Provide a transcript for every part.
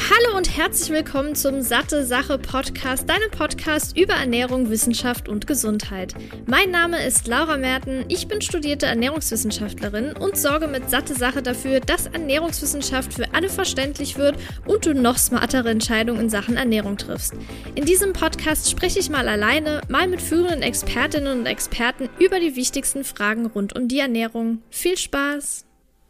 Hallo und herzlich willkommen zum Satte Sache Podcast, deinem Podcast über Ernährung, Wissenschaft und Gesundheit. Mein Name ist Laura Merten, ich bin studierte Ernährungswissenschaftlerin und sorge mit Satte Sache dafür, dass Ernährungswissenschaft für alle verständlich wird und du noch smartere Entscheidungen in Sachen Ernährung triffst. In diesem Podcast spreche ich mal alleine, mal mit führenden Expertinnen und Experten über die wichtigsten Fragen rund um die Ernährung. Viel Spaß!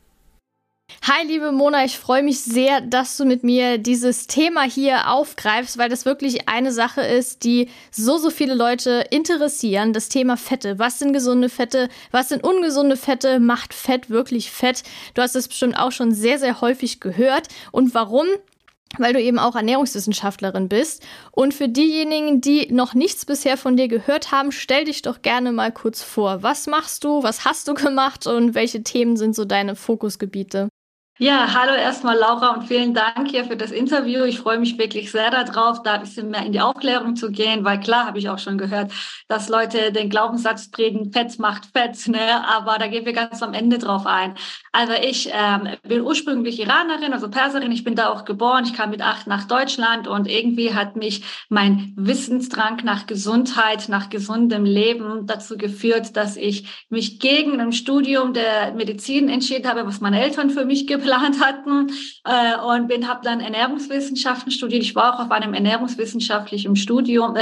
Hi, liebe Mona, ich freue mich sehr, dass du mit mir dieses Thema hier aufgreifst, weil das wirklich eine Sache ist, die so viele Leute interessieren. Das Thema Fette. Was sind gesunde Fette? Was sind ungesunde Fette? Macht Fett wirklich fett? Du hast es bestimmt auch schon sehr häufig gehört. Und warum? Weil du eben auch Ernährungswissenschaftlerin bist. Und für diejenigen, die noch nichts bisher von dir gehört haben, stell dich doch gerne mal kurz vor. Was machst du? Was hast du gemacht? Und welche Themen sind so deine Fokusgebiete? Ja, hallo erstmal Laura und vielen Dank hier für das Interview. Ich freue mich wirklich sehr darauf, da ein bisschen mehr in die Aufklärung zu gehen, weil klar habe ich auch schon gehört, dass Leute den Glaubenssatz prägen, Fett macht Fett, ne? Aber da gehen wir ganz am Ende drauf ein. Also ich bin ursprünglich Iranerin, also Perserin. Ich bin da auch geboren. Ich kam mit 8 nach Deutschland und irgendwie hat mich mein Wissensdrang nach Gesundheit, nach gesundem Leben dazu geführt, dass ich mich gegen ein Studium der Medizin entschieden habe, was meine Eltern für mich geplant hatten und habe dann Ernährungswissenschaften studiert. Ich war auch auf einem ernährungswissenschaftlichen Studium,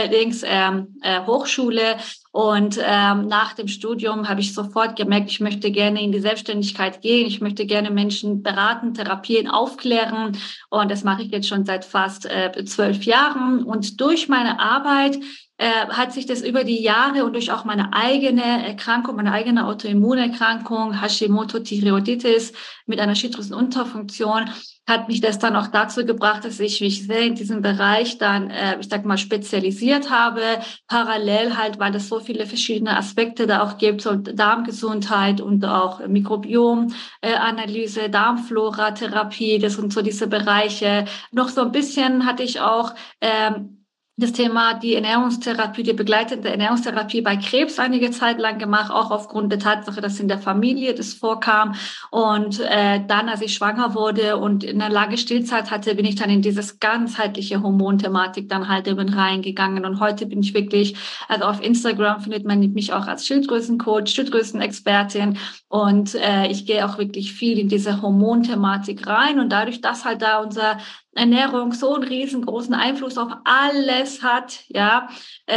Hochschule. Und nach dem Studium habe ich sofort gemerkt, ich möchte gerne in die Selbstständigkeit gehen. Ich möchte gerne Menschen beraten, therapieren, aufklären. Und das mache ich jetzt schon seit fast 12 Jahren. Und durch meine Arbeit hat sich das über die Jahre und durch auch meine eigene Erkrankung, meine eigene Autoimmunerkrankung, Hashimoto-Thyreoiditis mit einer Schilddrüsenunterfunktion, hat mich das dann auch dazu gebracht, dass ich mich sehr in diesem Bereich dann, spezialisiert habe. Parallel halt, weil es so viele verschiedene Aspekte da auch gibt, so Darmgesundheit und auch Mikrobiomanalyse, Darmflora-Therapie, das sind so diese Bereiche. Noch so ein bisschen hatte ich auch das Thema die Ernährungstherapie, die begleitende Ernährungstherapie bei Krebs einige Zeit lang gemacht, auch aufgrund der Tatsache, dass in der Familie das vorkam. Und dann, als ich schwanger wurde und in einer lange Stillzeit hatte, bin ich dann in dieses ganzheitliche Hormonthematik dann halt eben reingegangen. Und heute bin ich wirklich, also auf Instagram findet man mich auch als Schilddrüsencoach, Schilddrüsenexpertin. Und ich gehe auch wirklich viel in diese Hormonthematik rein. Und dadurch, dass halt da unser Ernährung so einen riesengroßen Einfluss auf alles hat, ja,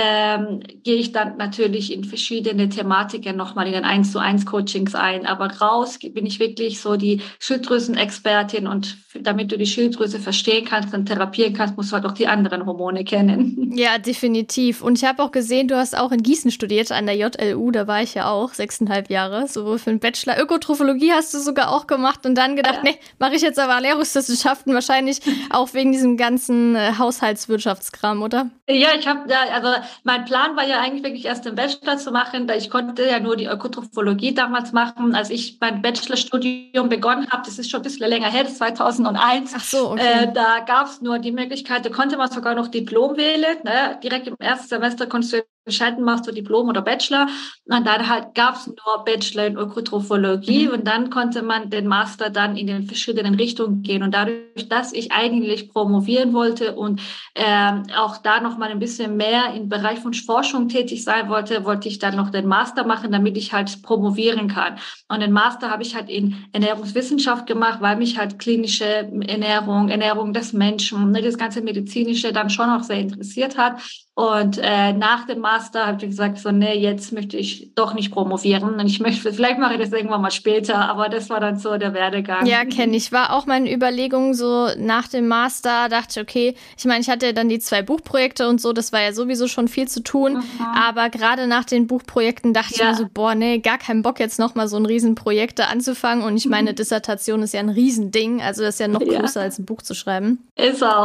gehe ich dann natürlich in verschiedene Thematiken nochmal in den 1:1 Coachings ein. Aber raus bin ich wirklich so die Schilddrüsenexpertin und damit du die Schilddrüse verstehen kannst und therapieren kannst, musst du halt auch die anderen Hormone kennen. Ja, definitiv. Und ich habe auch gesehen, du hast auch in Gießen studiert, an der JLU, da war ich ja auch 6,5 Jahre, sowohl für den Bachelor. Ökotrophologie hast du sogar auch gemacht und dann gedacht, nee, mache ich jetzt aber Ernährungswissenschaften, wahrscheinlich auch wegen diesem ganzen Haushaltswirtschaftskram, oder? Ja, also mein Plan war ja eigentlich wirklich erst den Bachelor zu machen, da ich konnte ja nur die Ökotrophologie damals machen. Als ich mein Bachelorstudium begonnen habe, das ist schon ein bisschen länger her, das 2001. Ach so, okay. Da gab es nur die Möglichkeit, da konnte man sogar noch Diplom wählen, ne? Direkt im ersten Semester konntest du entscheiden, machst du Diplom oder Bachelor. Und dann halt gab es nur Bachelor in Ökotrophologie und dann konnte man den Master dann in den verschiedenen Richtungen gehen. Und dadurch, dass ich eigentlich promovieren wollte und auch da noch mal ein bisschen mehr im Bereich von Forschung tätig sein wollte, wollte ich dann noch den Master machen, damit ich halt promovieren kann. Und den Master habe ich halt in Ernährungswissenschaft gemacht, weil mich halt klinische Ernährung des Menschen, ne, das ganze Medizinische dann schon auch sehr interessiert hat. Und nach dem Master habe ich gesagt, so, nee, jetzt möchte ich doch nicht promovieren. Und vielleicht mache ich das irgendwann mal später, aber das war dann so der Werdegang. Ja, kenne ich. War auch meine Überlegung so nach dem Master, dachte ich, okay, ich meine, ich hatte ja dann die 2 Buchprojekte und so, das war ja sowieso schon viel zu tun. Aber gerade nach den Buchprojekten dachte ich mir so, boah, nee, gar keinen Bock jetzt nochmal so ein Riesenprojekt da anzufangen. Und ich meine, Dissertation ist ja ein Riesending, also das ist ja noch größer als ein Buch zu schreiben. Ist auch.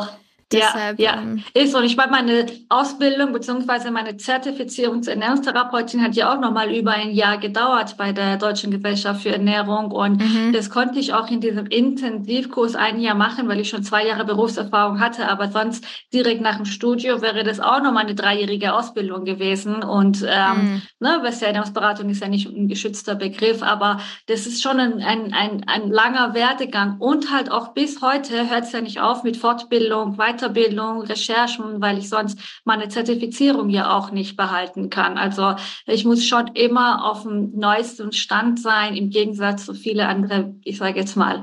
Deshalb, ja, ist so. Und ich meine, meine Ausbildung beziehungsweise meine Zertifizierung zur Ernährungstherapeutin hat ja auch nochmal über ein Jahr gedauert bei der Deutschen Gesellschaft für Ernährung. Und das konnte ich auch in diesem Intensivkurs ein Jahr machen, weil ich schon 2 Jahre Berufserfahrung hatte. Aber sonst direkt nach dem Studium wäre das auch nochmal eine 3-jährige Ausbildung gewesen. Und ne, weil Ernährungsberatung ist ja nicht ein geschützter Begriff, aber das ist schon ein langer Werdegang. Und halt auch bis heute hört es ja nicht auf mit Fortbildung, Weiterbildung, Recherchen, weil ich sonst meine Zertifizierung ja auch nicht behalten kann. Also ich muss schon immer auf dem neuesten Stand sein, im Gegensatz zu viele andere, ich sage jetzt mal,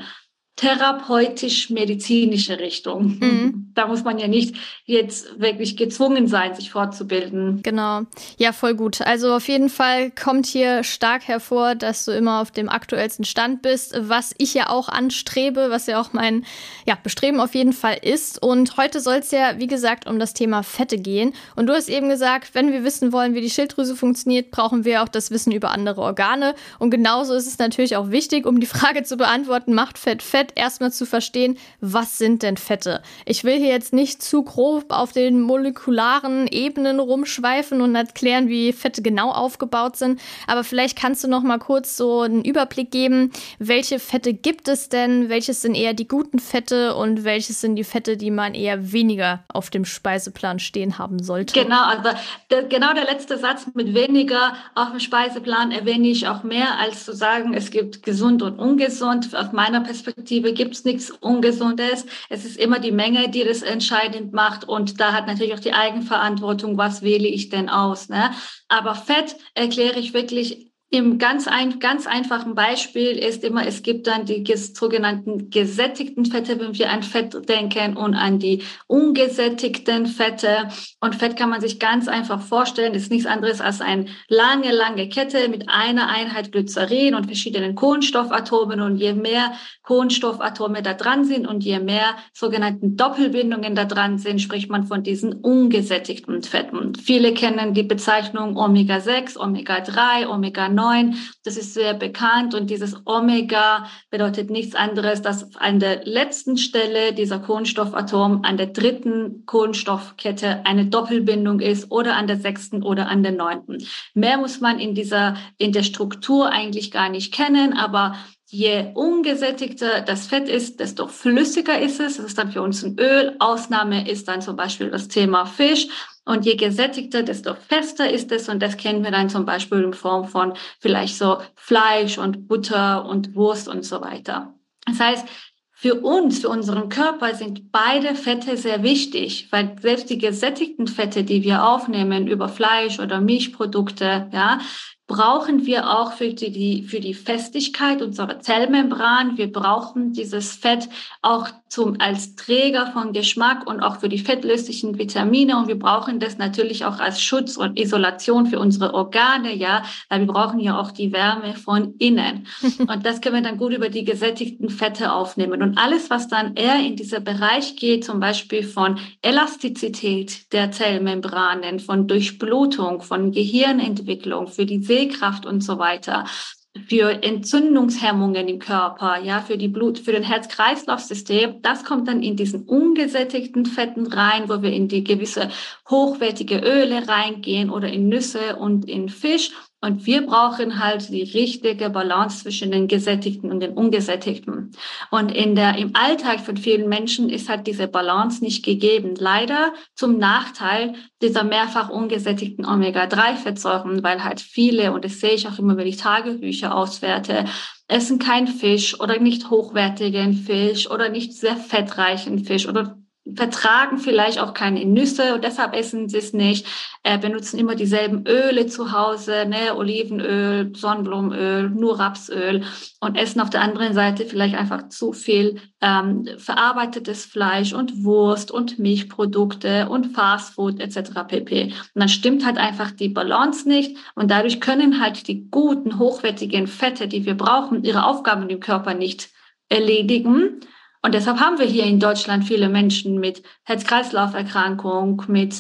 therapeutisch-medizinische Richtung. Da muss man ja nicht jetzt wirklich gezwungen sein, sich fortzubilden. Genau. Ja, voll gut. Also auf jeden Fall kommt hier stark hervor, dass du immer auf dem aktuellsten Stand bist, was ich ja auch anstrebe, was ja auch mein Bestreben auf jeden Fall ist. Und heute soll es ja, wie gesagt, um das Thema Fette gehen. Und du hast eben gesagt, wenn wir wissen wollen, wie die Schilddrüse funktioniert, brauchen wir auch das Wissen über andere Organe. Und genauso ist es natürlich auch wichtig, um die Frage zu beantworten, macht Fett Fett, erstmal zu verstehen, was sind denn Fette? Ich will hier jetzt nicht zu grob auf den molekularen Ebenen rumschweifen und erklären, wie Fette genau aufgebaut sind, aber vielleicht kannst du noch mal kurz so einen Überblick geben, welche Fette gibt es denn, welches sind eher die guten Fette und welches sind die Fette, die man eher weniger auf dem Speiseplan stehen haben sollte? Genau, also genau der letzte Satz mit weniger auf dem Speiseplan erwähne ich auch mehr, als zu sagen, es gibt gesund und ungesund. Aus meiner Perspektive gibt es nichts Ungesundes. Es ist immer die Menge, die das entscheidend macht. Und da hat natürlich auch die Eigenverantwortung, was wähle ich denn aus. Ne? Aber Fett erkläre ich wirklich im ganz einfachen Beispiel ist immer, es gibt dann die sogenannten gesättigten Fette, wenn wir an Fett denken, und an die ungesättigten Fette. Und Fett kann man sich ganz einfach vorstellen, ist nichts anderes als eine lange Kette mit einer Einheit Glycerin und verschiedenen Kohlenstoffatomen. Und je mehr Kohlenstoffatome da dran sind und je mehr sogenannten Doppelbindungen da dran sind, spricht man von diesen ungesättigten Fetten. Viele kennen die Bezeichnung Omega-6, Omega-3, Omega-9. Das ist sehr bekannt und dieses Omega bedeutet nichts anderes, dass an der letzten Stelle dieser Kohlenstoffatom an der 3. Kohlenstoffkette eine Doppelbindung ist oder an der 6. oder an der 9. Mehr muss man in der Struktur eigentlich gar nicht kennen, aber je ungesättigter das Fett ist, desto flüssiger ist es. Das ist dann für uns ein Öl. Ausnahme ist dann zum Beispiel das Thema Fisch. Und je gesättigter, desto fester ist es. Und das kennen wir dann zum Beispiel in Form von vielleicht so Fleisch und Butter und Wurst und so weiter. Das heißt, für uns, für unseren Körper sind beide Fette sehr wichtig, weil selbst die gesättigten Fette, die wir aufnehmen über Fleisch oder Milchprodukte, ja, brauchen wir auch für die Festigkeit unserer Zellmembran. Wir brauchen dieses Fett auch als Träger von Geschmack und auch für die fettlöslichen Vitamine. Und wir brauchen das natürlich auch als Schutz und Isolation für unsere Organe, ja, weil wir brauchen ja auch die Wärme von innen. Und das können wir dann gut über die gesättigten Fette aufnehmen. Und alles, was dann eher in diesen Bereich geht, zum Beispiel von Elastizität der Zellmembranen, von Durchblutung, von Gehirnentwicklung, für die Sehkraft und so weiter, für Entzündungshemmungen im Körper, ja, für den Herz-Kreislauf-System, das kommt dann in diesen ungesättigten Fetten rein, wo wir in die gewisse hochwertige Öle reingehen oder in Nüsse und in Fisch. Und wir brauchen halt die richtige Balance zwischen den gesättigten und den ungesättigten. Und im Alltag von vielen Menschen ist halt diese Balance nicht gegeben. Leider zum Nachteil dieser mehrfach ungesättigten Omega-3-Fettsäuren, weil halt viele, und das sehe ich auch immer, wenn ich Tagebücher auswerte, essen kein Fisch oder nicht hochwertigen Fisch oder nicht sehr fettreichen Fisch oder vertragen vielleicht auch keine Nüsse und deshalb essen sie es nicht, benutzen immer dieselben Öle zu Hause, ne, Olivenöl, Sonnenblumenöl, nur Rapsöl und essen auf der anderen Seite vielleicht einfach zu viel verarbeitetes Fleisch und Wurst und Milchprodukte und Fastfood etc. pp. Und dann stimmt halt einfach die Balance nicht und dadurch können halt die guten, hochwertigen Fette, die wir brauchen, ihre Aufgaben im Körper nicht erledigen. Und deshalb haben wir hier in Deutschland viele Menschen mit Herz-Kreislauf-Erkrankung, mit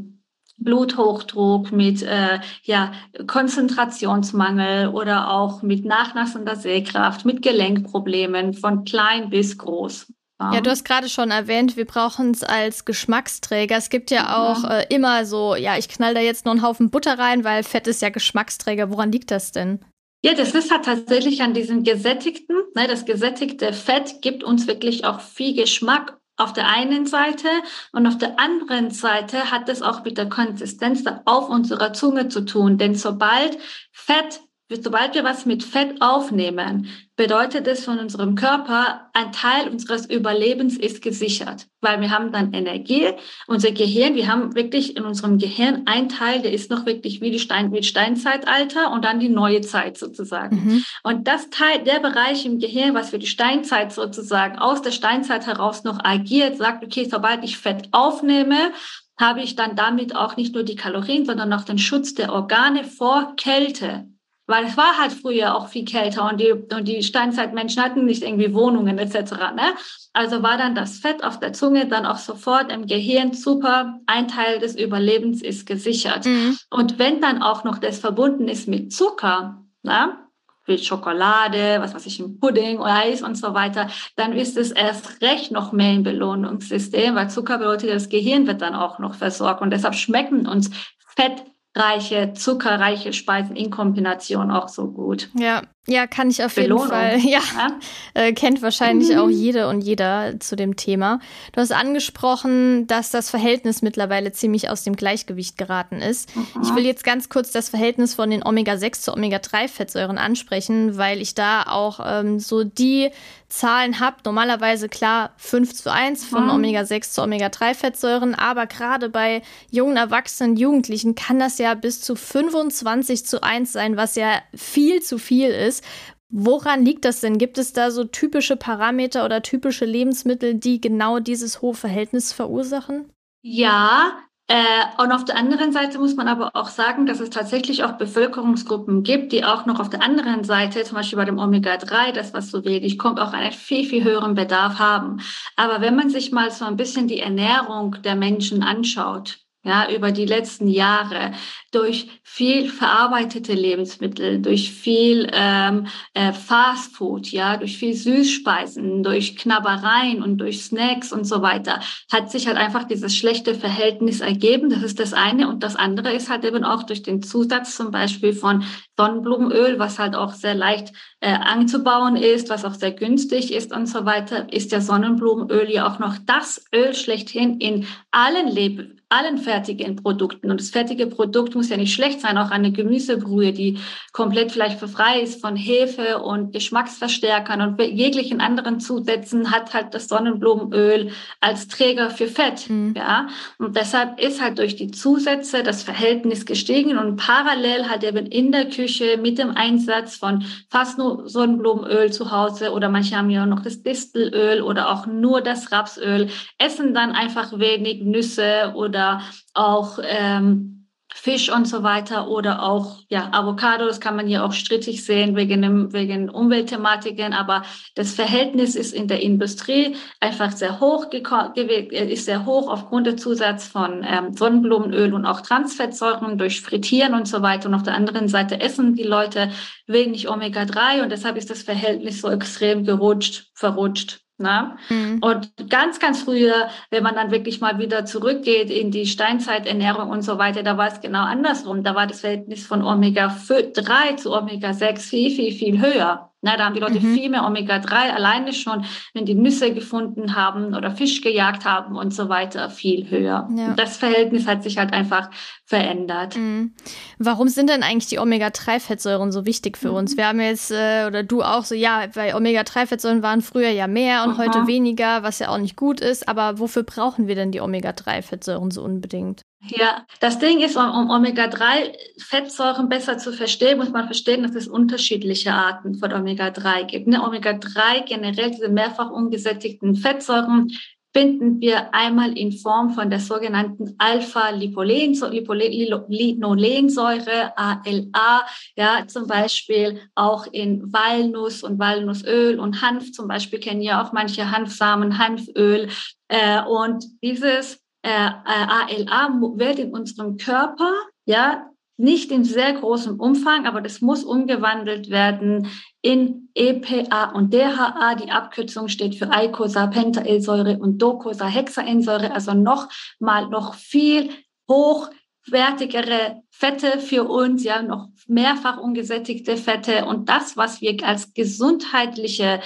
Bluthochdruck, mit Konzentrationsmangel oder auch mit nachlassender Sehkraft, mit Gelenkproblemen von klein bis groß. Ja, du hast gerade schon erwähnt, wir brauchen es als Geschmacksträger. Es gibt ja auch immer so, ja, ich knall da jetzt noch einen Haufen Butter rein, weil Fett ist ja Geschmacksträger. Woran liegt das denn? Ja, das ist halt tatsächlich an diesem gesättigten, ne, das gesättigte Fett gibt uns wirklich auch viel Geschmack auf der einen Seite und auf der anderen Seite hat es auch mit der Konsistenz auf unserer Zunge zu tun. Denn sobald wir was mit Fett aufnehmen, bedeutet es von unserem Körper, ein Teil unseres Überlebens ist gesichert, weil wir haben dann Energie. Unser Gehirn, wir haben wirklich in unserem Gehirn ein Teil, der ist noch wirklich wie Steinzeitalter und dann die neue Zeit sozusagen. Und der Bereich im Gehirn, was für die Steinzeit sozusagen aus der Steinzeit heraus noch agiert, sagt, okay, sobald ich Fett aufnehme, habe ich dann damit auch nicht nur die Kalorien, sondern auch den Schutz der Organe vor Kälte. Weil es war halt früher auch viel kälter und die Steinzeitmenschen hatten nicht irgendwie Wohnungen etc. Ne? Also war dann das Fett auf der Zunge dann auch sofort im Gehirn super, ein Teil des Überlebens ist gesichert. Und wenn dann auch noch das verbunden ist mit Zucker, ne? Wie Schokolade, was weiß ich, ein Pudding oder Eis und so weiter, dann ist es erst recht noch mehr im Belohnungssystem, weil Zucker bedeutet, das Gehirn wird dann auch noch versorgt und deshalb schmecken uns fettreiche, zuckerreiche Speisen in Kombination auch so gut. Ja, kann ich auf jeden Fall. Ja, kennt wahrscheinlich auch jede und jeder zu dem Thema. Du hast angesprochen, dass das Verhältnis mittlerweile ziemlich aus dem Gleichgewicht geraten ist. Ich will jetzt ganz kurz das Verhältnis von den Omega-6 zu Omega-3-Fettsäuren ansprechen, weil ich da auch so die Zahlen habe. Normalerweise klar 5:1 von Omega-6 zu Omega-3-Fettsäuren, aber gerade bei jungen Erwachsenen, Jugendlichen kann das ja bis zu 25:1 sein, was ja viel zu viel ist. Woran liegt das denn? Gibt es da so typische Parameter oder typische Lebensmittel, die genau dieses hohe Verhältnis verursachen? Ja, und auf der anderen Seite muss man aber auch sagen, dass es tatsächlich auch Bevölkerungsgruppen gibt, die auch noch auf der anderen Seite, zum Beispiel bei dem Omega-3, das was so wenig kommt, auch einen viel, viel höheren Bedarf haben. Aber wenn man sich mal so ein bisschen die Ernährung der Menschen anschaut, ja, über die letzten Jahre, durch viel verarbeitete Lebensmittel, durch viel Fastfood, ja, durch viel Süßspeisen, durch Knabbereien und durch Snacks und so weiter, hat sich halt einfach dieses schlechte Verhältnis ergeben. Das ist das eine. Und das andere ist halt eben auch durch den Zusatz zum Beispiel von Sonnenblumenöl, was halt auch sehr leicht anzubauen ist, was auch sehr günstig ist und so weiter, ist ja Sonnenblumenöl ja auch noch das Öl schlechthin in allen fertigen Produkten. Und das fertige Produkt muss ja nicht schlecht sein, auch eine Gemüsebrühe, die komplett vielleicht frei ist von Hefe und Geschmacksverstärkern und jeglichen anderen Zusätzen, hat halt das Sonnenblumenöl als Träger für Fett. Ja? Und deshalb ist halt durch die Zusätze das Verhältnis gestiegen und parallel halt eben in der Küche mit dem Einsatz von fast nur Sonnenblumenöl zu Hause oder manche haben ja noch das Distelöl oder auch nur das Rapsöl, essen dann einfach wenig Nüsse oder auch Fisch und so weiter oder auch ja Avocado, das kann man ja auch strittig sehen wegen Umweltthematiken, aber das Verhältnis ist in der Industrie einfach sehr hoch ist sehr hoch aufgrund der Zusatz von Sonnenblumenöl und auch Transfettsäuren durch Frittieren und so weiter und auf der anderen Seite essen die Leute wenig Omega-3 und deshalb ist das Verhältnis so extrem verrutscht. Na? Und ganz, ganz früher, wenn man dann wirklich mal wieder zurückgeht in die Steinzeiternährung und so weiter, da war es genau andersrum. Da war das Verhältnis von Omega-3 zu Omega-6 viel, viel, viel höher. Na, da haben die Leute viel mehr Omega-3 alleine schon, wenn die Nüsse gefunden haben oder Fisch gejagt haben und so weiter, viel höher. Ja. Und das Verhältnis hat sich halt einfach verändert. Warum sind denn eigentlich die Omega-3-Fettsäuren so wichtig für uns? Wir haben jetzt, oder du auch so, ja, bei Omega-3-Fettsäuren waren früher ja mehr und heute weniger, was ja auch nicht gut ist. Aber wofür brauchen wir denn die Omega-3-Fettsäuren so unbedingt? Ja, das Ding ist, um Omega-3-Fettsäuren besser zu verstehen, muss man verstehen, dass es unterschiedliche Arten von Omega-3 gibt. Omega-3 generell, diese mehrfach ungesättigten Fettsäuren, finden wir einmal in Form von der sogenannten Alpha-Linolensäure, ALA, ja, zum Beispiel auch in Walnuss und Walnussöl und Hanf, zum Beispiel kennen ja auch manche Hanfsamen, Hanföl, und dieses ALA wird in unserem Körper, ja, nicht in sehr großem Umfang, aber das muss umgewandelt werden in EPA und DHA. Die Abkürzung steht für Eicosapentaensäure und Docosahexaensäure, also noch viel hochwertigere Fette für uns, ja, noch mehrfach ungesättigte Fette. Und das, was wir als gesundheitliche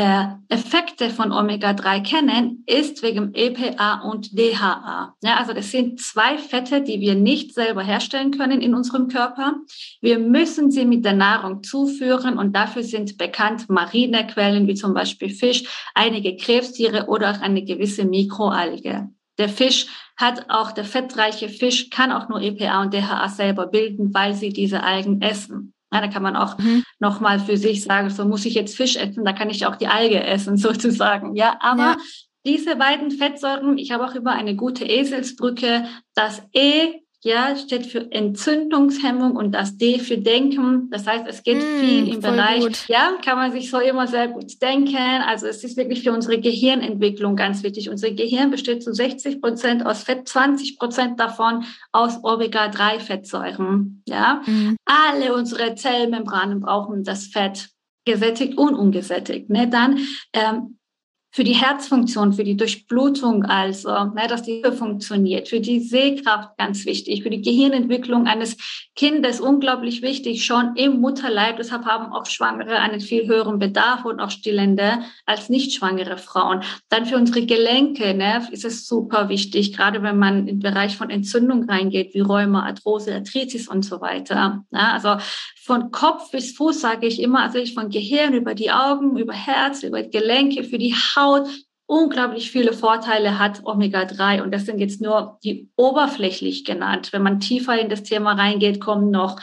Effekte von Omega-3 kennen, ist wegen EPA und DHA. Ja, also das sind 2 Fette, die wir nicht selber herstellen können in unserem Körper. Wir müssen sie mit der Nahrung zuführen und dafür sind bekannt marine Quellen wie zum Beispiel Fisch, einige Krebstiere oder auch eine gewisse Mikroalge. Der fettreiche Fisch kann auch nur EPA und DHA selber bilden, weil sie diese Algen essen. Ja, da kann man auch nochmal für sich sagen, so muss ich jetzt Fisch essen, da kann ich auch die Alge essen sozusagen. Ja, aber diese beiden Fettsäuren, ich habe auch immer eine gute Eselsbrücke, das E, ja, steht für Entzündungshemmung und das D für Denken. Das heißt, es geht viel im Bereich, kann man sich so immer sehr gut denken. Also es ist wirklich für unsere Gehirnentwicklung ganz wichtig. Unser Gehirn besteht zu 60% aus Fett, 20% davon aus Omega-3-Fettsäuren. Ja, alle unsere Zellmembranen brauchen das Fett, gesättigt und ungesättigt. Ne? Dann für die Herzfunktion, für die Durchblutung also, dass die funktioniert, für die Sehkraft ganz wichtig, für die Gehirnentwicklung eines Kindes unglaublich wichtig, schon im Mutterleib. Deshalb haben auch Schwangere einen viel höheren Bedarf und auch Stillende als nicht schwangere Frauen. Dann für unsere Gelenke ist es super wichtig, gerade wenn man im Bereich von Entzündung reingeht, wie Rheuma, Arthrose, Arthritis und so weiter. Ja, also von Kopf bis Fuß sage ich immer, also von Gehirn über die Augen, über Herz, über die Gelenke, für die Haut, unglaublich viele Vorteile hat Omega-3 und das sind jetzt nur die oberflächlich genannt. Wenn man tiefer in das Thema reingeht, kommen noch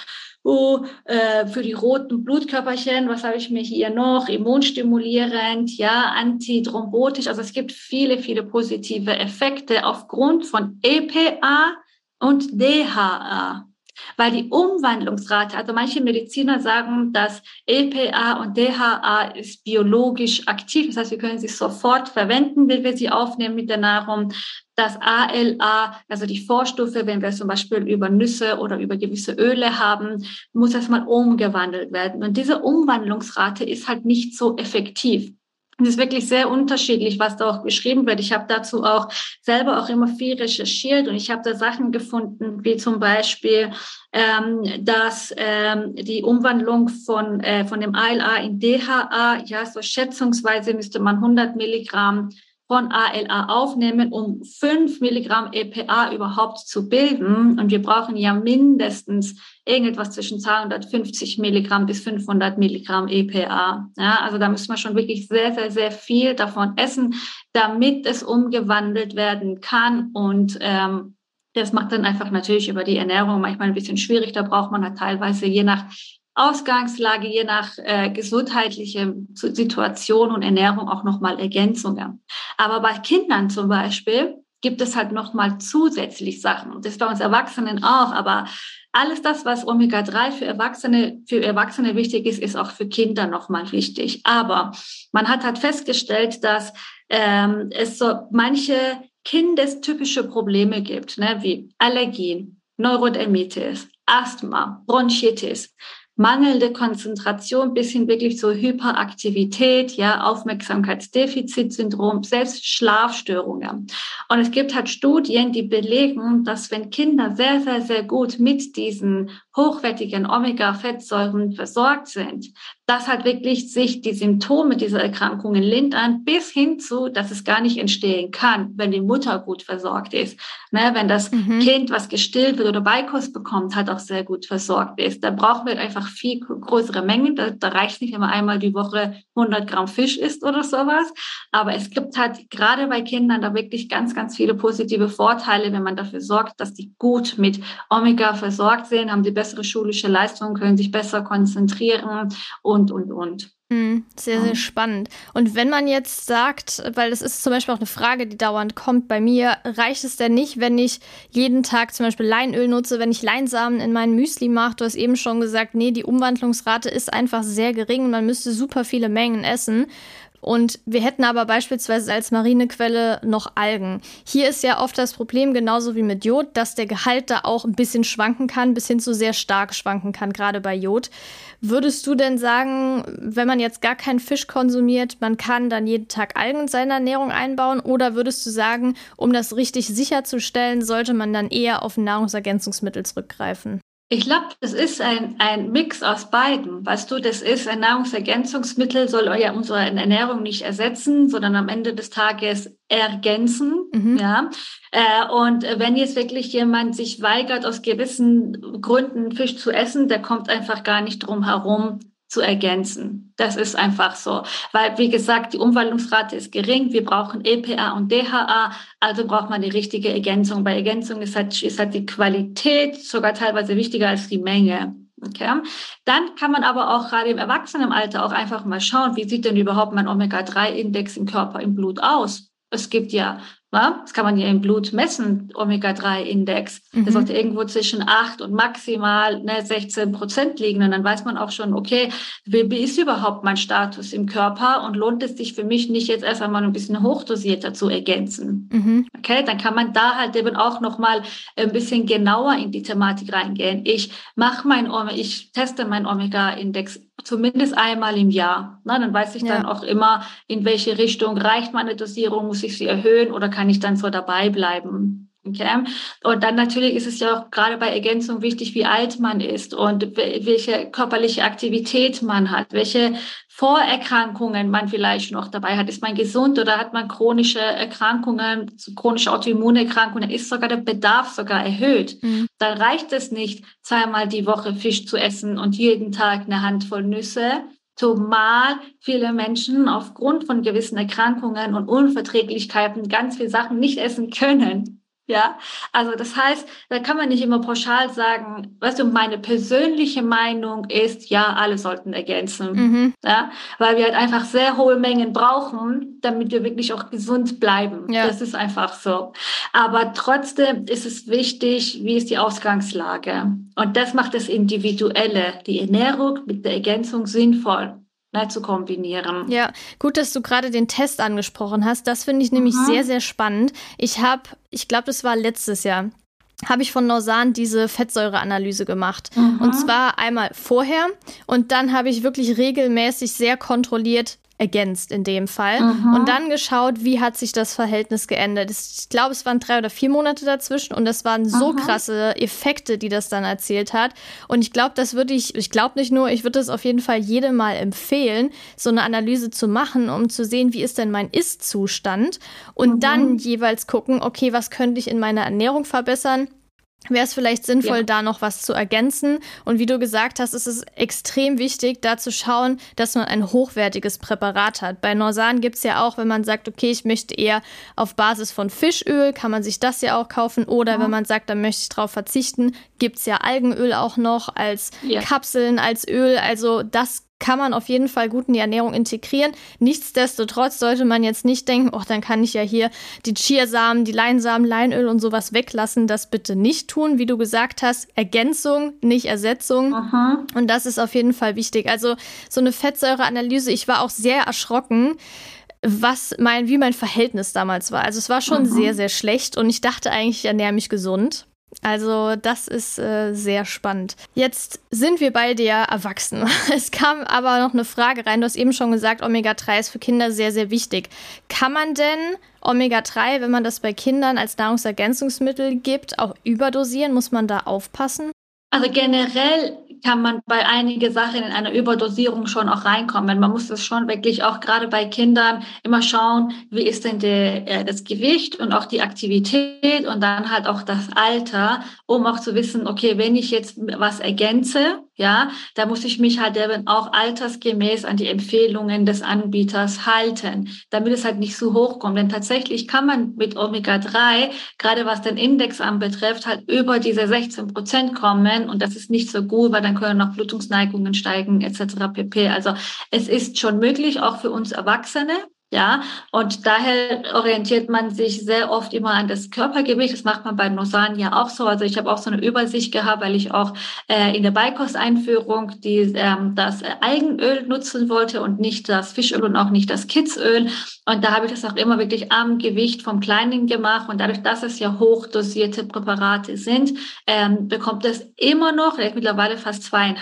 für die roten Blutkörperchen, was habe ich mir hier noch? Immunstimulierend, ja, antithrombotisch. Also es gibt viele, viele positive Effekte aufgrund von EPA und DHA. Weil die Umwandlungsrate, also manche Mediziner sagen, dass EPA und DHA ist biologisch aktiv. Das heißt, wir können sie sofort verwenden, wenn wir sie aufnehmen mit der Nahrung. Das ALA, also die Vorstufe, wenn wir zum Beispiel über Nüsse oder über gewisse Öle haben, muss erstmal umgewandelt werden. Und diese Umwandlungsrate ist halt nicht so effektiv. Es ist wirklich sehr unterschiedlich, was da auch beschrieben wird. Ich habe dazu auch selber auch immer viel recherchiert und ich habe da Sachen gefunden, wie zum Beispiel, dass die Umwandlung von dem ALA in DHA, ja, so schätzungsweise müsste man 100 Milligramm von ALA aufnehmen, um 5 Milligramm EPA überhaupt zu bilden. Und wir brauchen ja mindestens irgendetwas zwischen 250 Milligramm bis 500 Milligramm EPA. Ja, also da müssen wir schon wirklich sehr, sehr, sehr viel davon essen, damit es umgewandelt werden kann. Und das macht dann einfach natürlich über die Ernährung manchmal ein bisschen schwierig. Da braucht man halt teilweise je nach Ausgangslage, je nach gesundheitliche Situation und Ernährung auch nochmal Ergänzungen. Aber bei Kindern zum Beispiel gibt es halt nochmal zusätzlich Sachen. Das ist bei uns Erwachsenen auch, aber alles das, was Omega-3 für Erwachsene wichtig ist, ist auch für Kinder nochmal wichtig. Aber man hat halt festgestellt, dass es so manche kindestypische Probleme gibt, wie Allergien, Neurodermitis, Asthma, Bronchitis, mangelnde Konzentration bis hin wirklich zur Hyperaktivität, ja, Aufmerksamkeitsdefizitsyndrom, selbst Schlafstörungen. Und es gibt halt Studien, die belegen, dass wenn Kinder sehr, sehr, sehr gut mit diesen hochwertigen Omega-Fettsäuren versorgt sind, dass halt wirklich sich die Symptome dieser Erkrankungen lindern, bis hin zu, dass es gar nicht entstehen kann, wenn die Mutter gut versorgt ist. Wenn das Kind, was gestillt wird oder Beikost bekommt, halt auch sehr gut versorgt ist. Da brauchen wir einfach viel größere Mengen. Da reicht nicht, wenn man einmal die Woche 100 Gramm Fisch isst oder sowas. Aber es gibt halt gerade bei Kindern da wirklich ganz, ganz viele positive Vorteile, wenn man dafür sorgt, dass die gut mit Omega versorgt sind, haben die bessere schulische Leistung, können sich besser konzentrieren und. Sehr, sehr spannend. Und wenn man jetzt sagt, weil das ist zum Beispiel auch eine Frage, die dauernd kommt bei mir, reicht es denn nicht, wenn ich jeden Tag zum Beispiel Leinöl nutze, wenn ich Leinsamen in mein Müsli mache? Du hast eben schon gesagt, nee, die Umwandlungsrate ist einfach sehr gering und man müsste super viele Mengen essen. Und wir hätten aber beispielsweise als Marinequelle noch Algen. Hier ist ja oft das Problem, genauso wie mit Jod, dass der Gehalt da auch ein bisschen schwanken kann, bis hin zu sehr stark schwanken kann, gerade bei Jod. Würdest du denn sagen, wenn man jetzt gar keinen Fisch konsumiert, man kann dann jeden Tag Algen in seine Ernährung einbauen? Oder würdest du sagen, um das richtig sicherzustellen, sollte man dann eher auf ein Nahrungsergänzungsmittel zurückgreifen? Ich glaube, das ist ein Mix aus beiden. Weißt du, das ist ein Nahrungsergänzungsmittel, soll ja unsere Ernährung nicht ersetzen, sondern am Ende des Tages ergänzen. Ja. Und wenn jetzt wirklich jemand sich weigert, aus gewissen Gründen Fisch zu essen, der kommt einfach gar nicht drum herum, zu ergänzen. Das ist einfach so. Weil, wie gesagt, die Umwandlungsrate ist gering. Wir brauchen EPA und DHA, also braucht man die richtige Ergänzung. Bei Ergänzung ist halt die Qualität sogar teilweise wichtiger als die Menge. Okay. Dann kann man aber auch gerade im Erwachsenenalter auch einfach mal schauen, wie sieht denn überhaupt mein Omega-3-Index im Körper, im Blut aus? Es gibt ja, das kann man ja im Blut messen, Omega-3-Index. Der sollte irgendwo zwischen 8 und maximal 16% liegen. Und dann weiß man auch schon, okay, wie ist überhaupt mein Status im Körper und lohnt es sich für mich nicht jetzt erst einmal ein bisschen hochdosierter zu ergänzen. Okay, dann kann man da halt eben auch nochmal ein bisschen genauer in die Thematik reingehen. Ich teste meinen Omega-Index zumindest einmal im Jahr. Dann weiß ich dann auch immer, in welche Richtung reicht meine Dosierung, muss ich sie erhöhen oder kann ich dann so dabei bleiben. Okay. Und dann natürlich ist es ja auch gerade bei Ergänzung wichtig, wie alt man ist und welche körperliche Aktivität man hat, welche Vorerkrankungen man vielleicht noch dabei hat. Ist man gesund oder hat man chronische Erkrankungen, chronische Autoimmunerkrankungen, ist sogar der Bedarf sogar erhöht. Dann reicht es nicht, 2-mal die Woche Fisch zu essen und jeden Tag eine Handvoll Nüsse, zumal viele Menschen aufgrund von gewissen Erkrankungen und Unverträglichkeiten ganz viele Sachen nicht essen können. Ja, also das heißt, da kann man nicht immer pauschal sagen, weißt du, meine persönliche Meinung ist, ja, alle sollten ergänzen, ja, weil wir halt einfach sehr hohe Mengen brauchen, damit wir wirklich auch gesund bleiben. Ja. Das ist einfach so. Aber trotzdem ist es wichtig, wie ist die Ausgangslage? Und das macht das Individuelle, die Ernährung mit der Ergänzung sinnvoll zu kombinieren. Ja, gut, dass du gerade den Test angesprochen hast. Das finde ich nämlich sehr, sehr spannend. Ich glaube, das war letztes Jahr, habe ich von Norsan diese Fettsäureanalyse gemacht. Und zwar einmal vorher und dann habe ich wirklich regelmäßig sehr kontrolliert ergänzt in dem Fall. Und dann geschaut, wie hat sich das Verhältnis geändert. Ich glaube, es waren 3 oder 4 Monate dazwischen und das waren so krasse Effekte, die das dann erzielt hat. Und ich glaube, ich würde das auf jeden Fall jedem mal empfehlen, so eine Analyse zu machen, um zu sehen, wie ist denn mein Ist-Zustand und dann jeweils gucken, okay, was könnte ich in meiner Ernährung verbessern? Wäre es vielleicht sinnvoll, da noch was zu ergänzen. Und wie du gesagt hast, ist es extrem wichtig, da zu schauen, dass man ein hochwertiges Präparat hat. Bei Norsan gibt es ja auch, wenn man sagt, okay, ich möchte eher auf Basis von Fischöl, kann man sich das ja auch kaufen. Oder wenn man sagt, da möchte ich drauf verzichten, gibt es ja Algenöl auch noch als Kapseln, als Öl. Also das kann man auf jeden Fall gut in die Ernährung integrieren. Nichtsdestotrotz sollte man jetzt nicht denken, dann kann ich ja hier die Chiasamen, die Leinsamen, Leinöl und sowas weglassen. Das bitte nicht tun. Wie du gesagt hast, Ergänzung, nicht Ersetzung. Und das ist auf jeden Fall wichtig. Also so eine Fettsäureanalyse, ich war auch sehr erschrocken, wie mein Verhältnis damals war. Also es war schon sehr, sehr schlecht und ich dachte eigentlich, ich ernähre mich gesund. Also das ist sehr spannend. Jetzt sind wir beide ja erwachsen. Es kam aber noch eine Frage rein. Du hast eben schon gesagt, Omega-3 ist für Kinder sehr, sehr wichtig. Kann man denn Omega-3, wenn man das bei Kindern als Nahrungsergänzungsmittel gibt, auch überdosieren? Muss man da aufpassen? Also generell kann man bei einigen Sachen in einer Überdosierung schon auch reinkommen. Man muss das schon wirklich auch gerade bei Kindern immer schauen, wie ist denn das Gewicht und auch die Aktivität und dann halt auch das Alter, um auch zu wissen, okay, wenn ich jetzt was ergänze, ja, da muss ich mich halt eben auch altersgemäß an die Empfehlungen des Anbieters halten, damit es halt nicht so hoch kommt. Denn tatsächlich kann man mit Omega-3, gerade was den Index anbetrifft, halt über diese 16% kommen und das ist nicht so gut, weil dann können auch Blutungsneigungen steigen etc. pp. Also es ist schon möglich, auch für uns Erwachsene. Ja, und daher orientiert man sich sehr oft immer an das Körpergewicht. Das macht man bei Nosan ja auch so. Also ich habe auch so eine Übersicht gehabt, weil ich auch in der Beikosteinführung das Algenöl nutzen wollte und nicht das Fischöl und auch nicht das Kidsöl. Und da habe ich das auch immer wirklich am Gewicht vom Kleinen gemacht. Und dadurch, dass es ja hochdosierte Präparate sind, bekommt es immer noch, er ist mittlerweile fast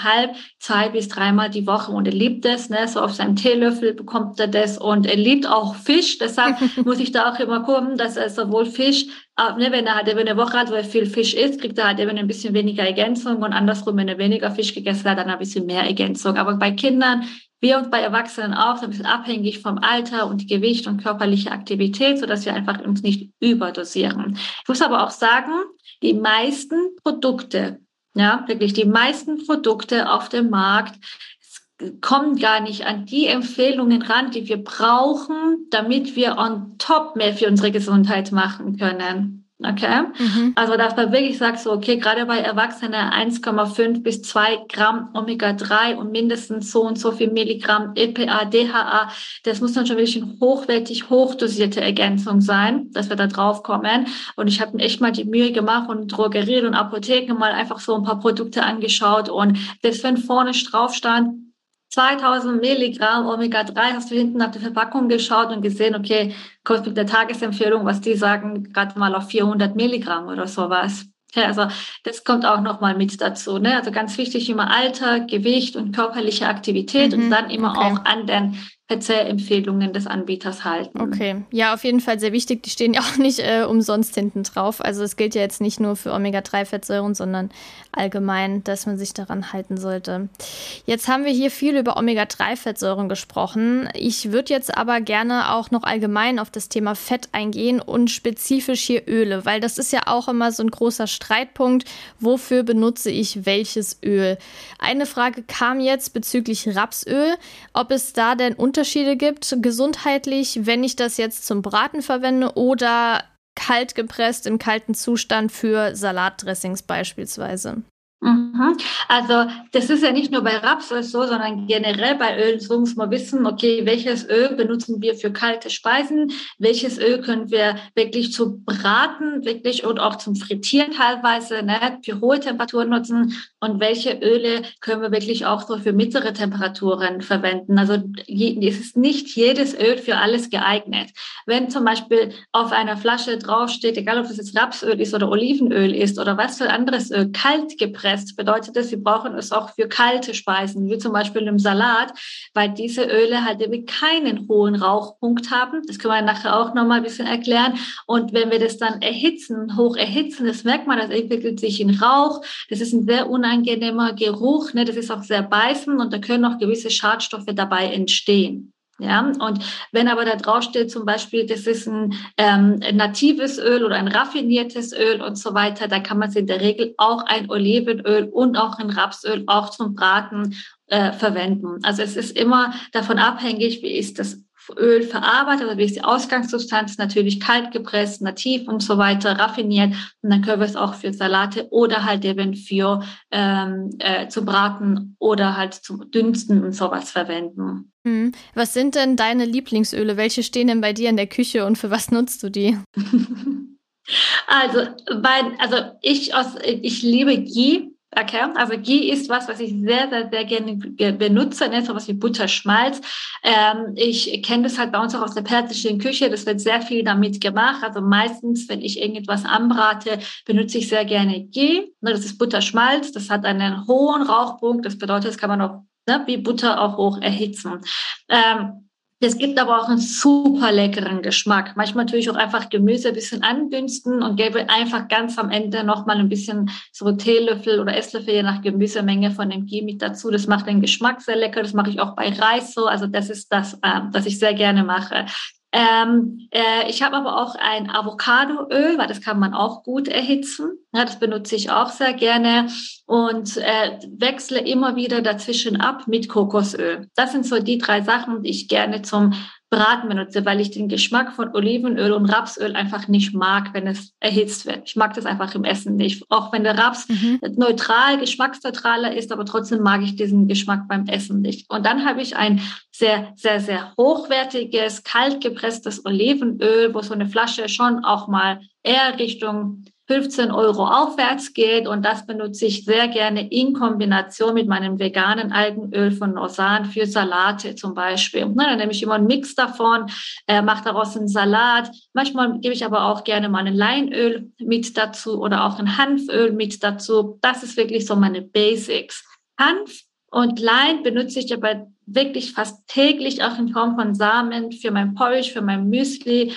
2 bis 3 Mal die Woche und er liebt es. Ne? So auf seinem Teelöffel bekommt er das und er liebt auch Fisch. Deshalb muss ich da auch immer gucken, dass er sowohl Fisch, wenn er eine Woche hat, wo er viel Fisch isst, kriegt er halt eben ein bisschen weniger Ergänzung und andersrum, wenn er weniger Fisch gegessen hat, dann ein bisschen mehr Ergänzung. Aber bei Kindern, wie und bei Erwachsenen auch, so ein bisschen abhängig vom Alter und Gewicht und körperliche Aktivität, sodass wir einfach uns nicht überdosieren. Ich muss aber auch sagen, die meisten Produkte, ja, wirklich die meisten Produkte auf dem Markt kommen gar nicht an die Empfehlungen ran, die wir brauchen, damit wir on top mehr für unsere Gesundheit machen können. Okay? Also, dass man wirklich sagt, so, okay, gerade bei Erwachsenen 1,5 bis 2 Gramm Omega-3 und mindestens so und so viel Milligramm EPA, DHA, das muss dann schon wirklich eine hochwertig, hochdosierte Ergänzung sein, dass wir da drauf kommen. Und ich habe mir echt mal die Mühe gemacht und Drogerien und Apotheken mal einfach so ein paar Produkte angeschaut und selbst wenn vorne drauf stand, 2000 Milligramm Omega-3, hast du hinten nach der Verpackung geschaut und gesehen, okay, kommt mit der Tagesempfehlung, was die sagen, gerade mal auf 400 Milligramm oder sowas. Ja, also das kommt auch nochmal mit dazu. Ne? Also ganz wichtig immer Alter, Gewicht und körperliche Aktivität und dann immer auch an den Verzehrempfehlungen des Anbieters halten. Okay, ja, auf jeden Fall sehr wichtig. Die stehen ja auch nicht umsonst hinten drauf. Also es gilt ja jetzt nicht nur für Omega-3-Fettsäuren, sondern allgemein, dass man sich daran halten sollte. Jetzt haben wir hier viel über Omega-3-Fettsäuren gesprochen. Ich würde jetzt aber gerne auch noch allgemein auf das Thema Fett eingehen und spezifisch hier Öle, weil das ist ja auch immer so ein großer Streitpunkt. Wofür benutze ich welches Öl? Eine Frage kam jetzt bezüglich Rapsöl, ob es da denn Unterschiede gibt, gesundheitlich, wenn ich das jetzt zum Braten verwende oder kalt gepresst im kalten Zustand für Salatdressings beispielsweise. Also das ist ja nicht nur bei Rapsöl so, sondern generell bei Ölen so muss man wissen, okay, welches Öl benutzen wir für kalte Speisen, welches Öl können wir wirklich zu braten, wirklich und auch zum Frittieren teilweise, ne, für hohe Temperaturen nutzen und welche Öle können wir wirklich auch so für mittlere Temperaturen verwenden. Also es ist nicht jedes Öl für alles geeignet. Wenn zum Beispiel auf einer Flasche draufsteht, egal ob es jetzt Rapsöl ist oder Olivenöl ist oder was für anderes Öl, kalt gepresst, bedeutet das, wir brauchen es auch für kalte Speisen, wie zum Beispiel im Salat, weil diese Öle halt eben keinen hohen Rauchpunkt haben. Das können wir nachher auch nochmal ein bisschen erklären. Und wenn wir das dann hoch erhitzen, das merkt man, das entwickelt sich in Rauch. Das ist ein sehr unangenehmer Geruch, ne? Das ist auch sehr beißend und da können auch gewisse Schadstoffe dabei entstehen. Ja, und wenn aber da drauf steht zum Beispiel, das ist ein natives Öl oder ein raffiniertes Öl und so weiter, dann kann man es in der Regel auch ein Olivenöl und auch ein Rapsöl auch zum Braten verwenden. Also es ist immer davon abhängig, wie ist das Öl verarbeitet, also wie ist die Ausgangssubstanz, natürlich kalt gepresst, nativ und so weiter, raffiniert. Und dann können wir es auch für Salate oder halt eben für zu braten oder halt zum Dünsten und sowas verwenden. Was sind denn deine Lieblingsöle? Welche stehen denn bei dir in der Küche und für was nutzt du die? Also ich liebe Ghee. Okay, also Ghee ist was ich sehr, sehr, sehr gerne benutze, ne? So was wie Butterschmalz. Ich kenne das halt bei uns auch aus der persischen Küche, das wird sehr viel damit gemacht. Also meistens, wenn ich irgendetwas anbrate, benutze ich sehr gerne Ghee. Das ist Butterschmalz, das hat einen hohen Rauchpunkt, das bedeutet, das kann man auch wie Butter auch hoch erhitzen. Es gibt aber auch einen super leckeren Geschmack. Manchmal natürlich auch einfach Gemüse ein bisschen andünsten und gebe einfach ganz am Ende nochmal ein bisschen so Teelöffel oder Esslöffel je nach Gemüsemenge von dem Ghee mit dazu. Das macht den Geschmack sehr lecker. Das mache ich auch bei Reis so. Also das ist das, was ich sehr gerne mache. Ich habe aber auch ein Avocadoöl, weil das kann man auch gut erhitzen. Ja, das benutze ich auch sehr gerne und wechsle immer wieder dazwischen ab mit Kokosöl. Das sind so die 3 Sachen, die ich gerne zum Braten benutze, weil ich den Geschmack von Olivenöl und Rapsöl einfach nicht mag, wenn es erhitzt wird. Ich mag das einfach im Essen nicht. Auch wenn der Raps geschmacksneutraler ist, aber trotzdem mag ich diesen Geschmack beim Essen nicht. Und dann habe ich ein sehr, sehr, sehr hochwertiges, kalt gepresstes Olivenöl, wo so eine Flasche schon auch mal eher Richtung 15 € aufwärts geht, und das benutze ich sehr gerne in Kombination mit meinem veganen Algenöl von Norsan für Salate zum Beispiel. Dann nehme ich immer einen Mix davon, mache daraus einen Salat. Manchmal gebe ich aber auch gerne mal ein Leinöl mit dazu oder auch ein Hanföl mit dazu. Das ist wirklich so meine Basics. Hanf und Lein benutze ich aber wirklich fast täglich, auch in Form von Samen, für mein Porridge, für mein Müsli,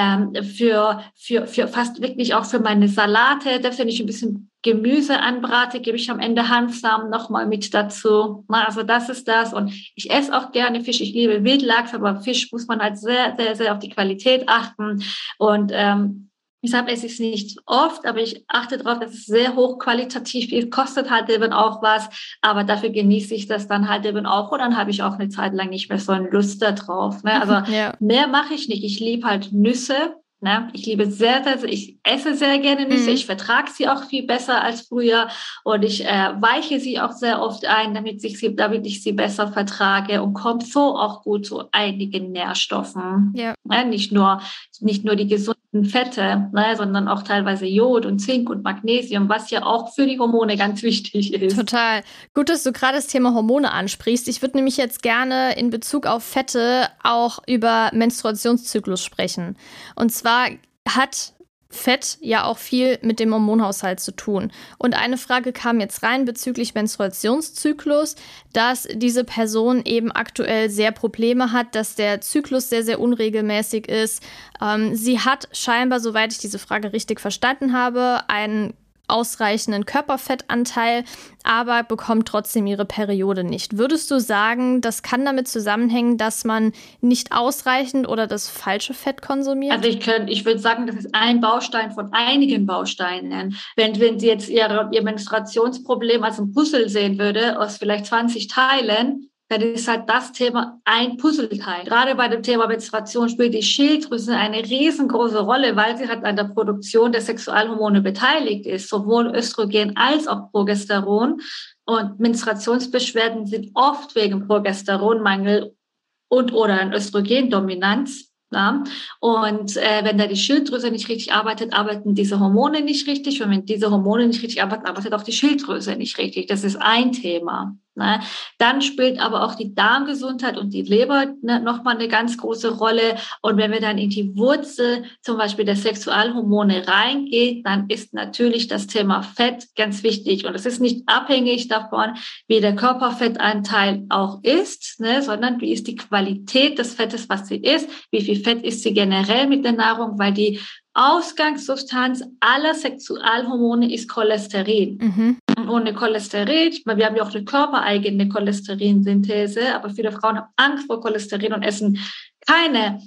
für fast wirklich auch für meine Salate. Selbst wenn ich ein bisschen Gemüse anbrate, gebe ich am Ende Hanfsamen nochmal mit dazu. Also das ist das. Und ich esse auch gerne Fisch. Ich liebe Wildlachs, aber Fisch muss man halt sehr, sehr, sehr auf die Qualität achten. Und deshalb esse ich es nicht oft, aber ich achte darauf, dass es sehr hochqualitativ ist, kostet halt eben auch was, aber dafür genieße ich das dann halt eben auch, und dann habe ich auch eine Zeit lang nicht mehr so eine Lust da drauf. Ne? Also Mehr mache ich nicht. Ich liebe halt Nüsse. Ne? Ich liebe ich esse sehr gerne Nüsse. Ich vertrage sie auch viel besser als früher, und ich weiche sie auch sehr oft ein, damit ich sie besser vertrage, und komme so auch gut zu einigen Nährstoffen. Ja. Ne? Nicht nur die gesunden Fette, ne? Sondern auch teilweise Jod und Zink und Magnesium, was ja auch für die Hormone ganz wichtig ist. Total. Gut, dass du gerade das Thema Hormone ansprichst. Ich würde nämlich jetzt gerne in Bezug auf Fette auch über Menstruationszyklus sprechen. Und zwar hat Fett ja auch viel mit dem Hormonhaushalt zu tun. Und eine Frage kam jetzt rein bezüglich Menstruationszyklus, dass diese Person eben aktuell sehr Probleme hat, dass der Zyklus sehr, sehr unregelmäßig ist. Sie hat scheinbar, soweit ich diese Frage richtig verstanden habe, einen ausreichenden Körperfettanteil, aber bekommt trotzdem ihre Periode nicht. Würdest du sagen, das kann damit zusammenhängen, dass man nicht ausreichend oder das falsche Fett konsumiert? Also ich würde sagen, das ist ein Baustein von einigen Bausteinen. Wenn sie jetzt ihr Menstruationsproblem als ein Puzzle sehen würde, aus vielleicht 20 Teilen, dann ist halt das Thema ein Puzzleteil. Gerade bei dem Thema Menstruation spielt die Schilddrüse eine riesengroße Rolle, weil sie halt an der Produktion der Sexualhormone beteiligt ist, sowohl Östrogen als auch Progesteron. Und Menstruationsbeschwerden sind oft wegen Progesteronmangel und/oder an Östrogendominanz. Ja? Und wenn da die Schilddrüse nicht richtig arbeitet, arbeiten diese Hormone nicht richtig. Und wenn diese Hormone nicht richtig arbeiten, arbeitet auch die Schilddrüse nicht richtig. Das ist ein Thema. Ne? Dann spielt aber auch die Darmgesundheit und die Leber nochmal eine ganz große Rolle. Und wenn wir dann in die Wurzel zum Beispiel der Sexualhormone reingehen, dann ist natürlich das Thema Fett ganz wichtig. Und es ist nicht abhängig davon, wie der Körperfettanteil auch ist, ne? Sondern wie ist die Qualität des Fettes, was sie isst, wie viel Fett isst sie generell mit der Nahrung, weil die Ausgangssubstanz aller Sexualhormone ist Cholesterin. Und ohne Cholesterin, wir haben ja auch eine körpereigene Cholesterinsynthese, aber viele Frauen haben Angst vor Cholesterin und essen keine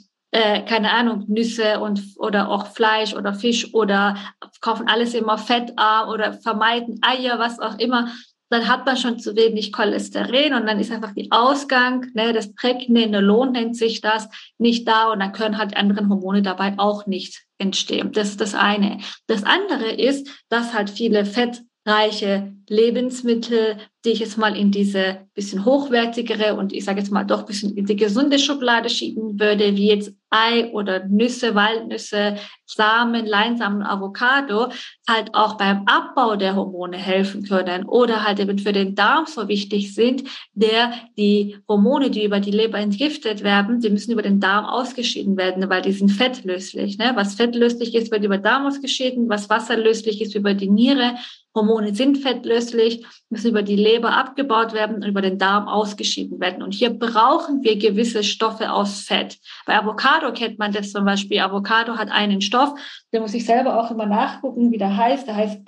Nüsse oder auch Fleisch oder Fisch oder kaufen alles immer fettarm oder vermeiden Eier, was auch immer. Dann hat man schon zu wenig Cholesterin, und dann ist einfach die Ausgang, das Pregnenolon nennt sich das, nicht da, und dann können halt andere Hormone dabei auch nicht entstehen. Das ist das eine. Das andere ist, dass halt viele fettreiche Lebensmittel, die ich jetzt mal in diese bisschen hochwertigere und ich sage jetzt mal doch ein bisschen in die gesunde Schublade schieben würde, wie jetzt Ei oder Nüsse, Walnüsse, Samen, Leinsamen, Avocado, halt auch beim Abbau der Hormone helfen können oder halt eben für den Darm so wichtig sind, die Hormone, die über die Leber entgiftet werden, die müssen über den Darm ausgeschieden werden, weil die sind fettlöslich. Ne? Was fettlöslich ist, wird über den Darm ausgeschieden, was wasserlöslich ist, über die Niere. Hormone sind fettlöslich, müssen über die Leber abgebaut werden und über den Darm ausgeschieden werden. Und hier brauchen wir gewisse Stoffe aus Fett. Bei Avocado kennt man das zum Beispiel. Avocado hat einen Stoff, den muss ich selber auch immer nachgucken, wie der heißt. Der heißt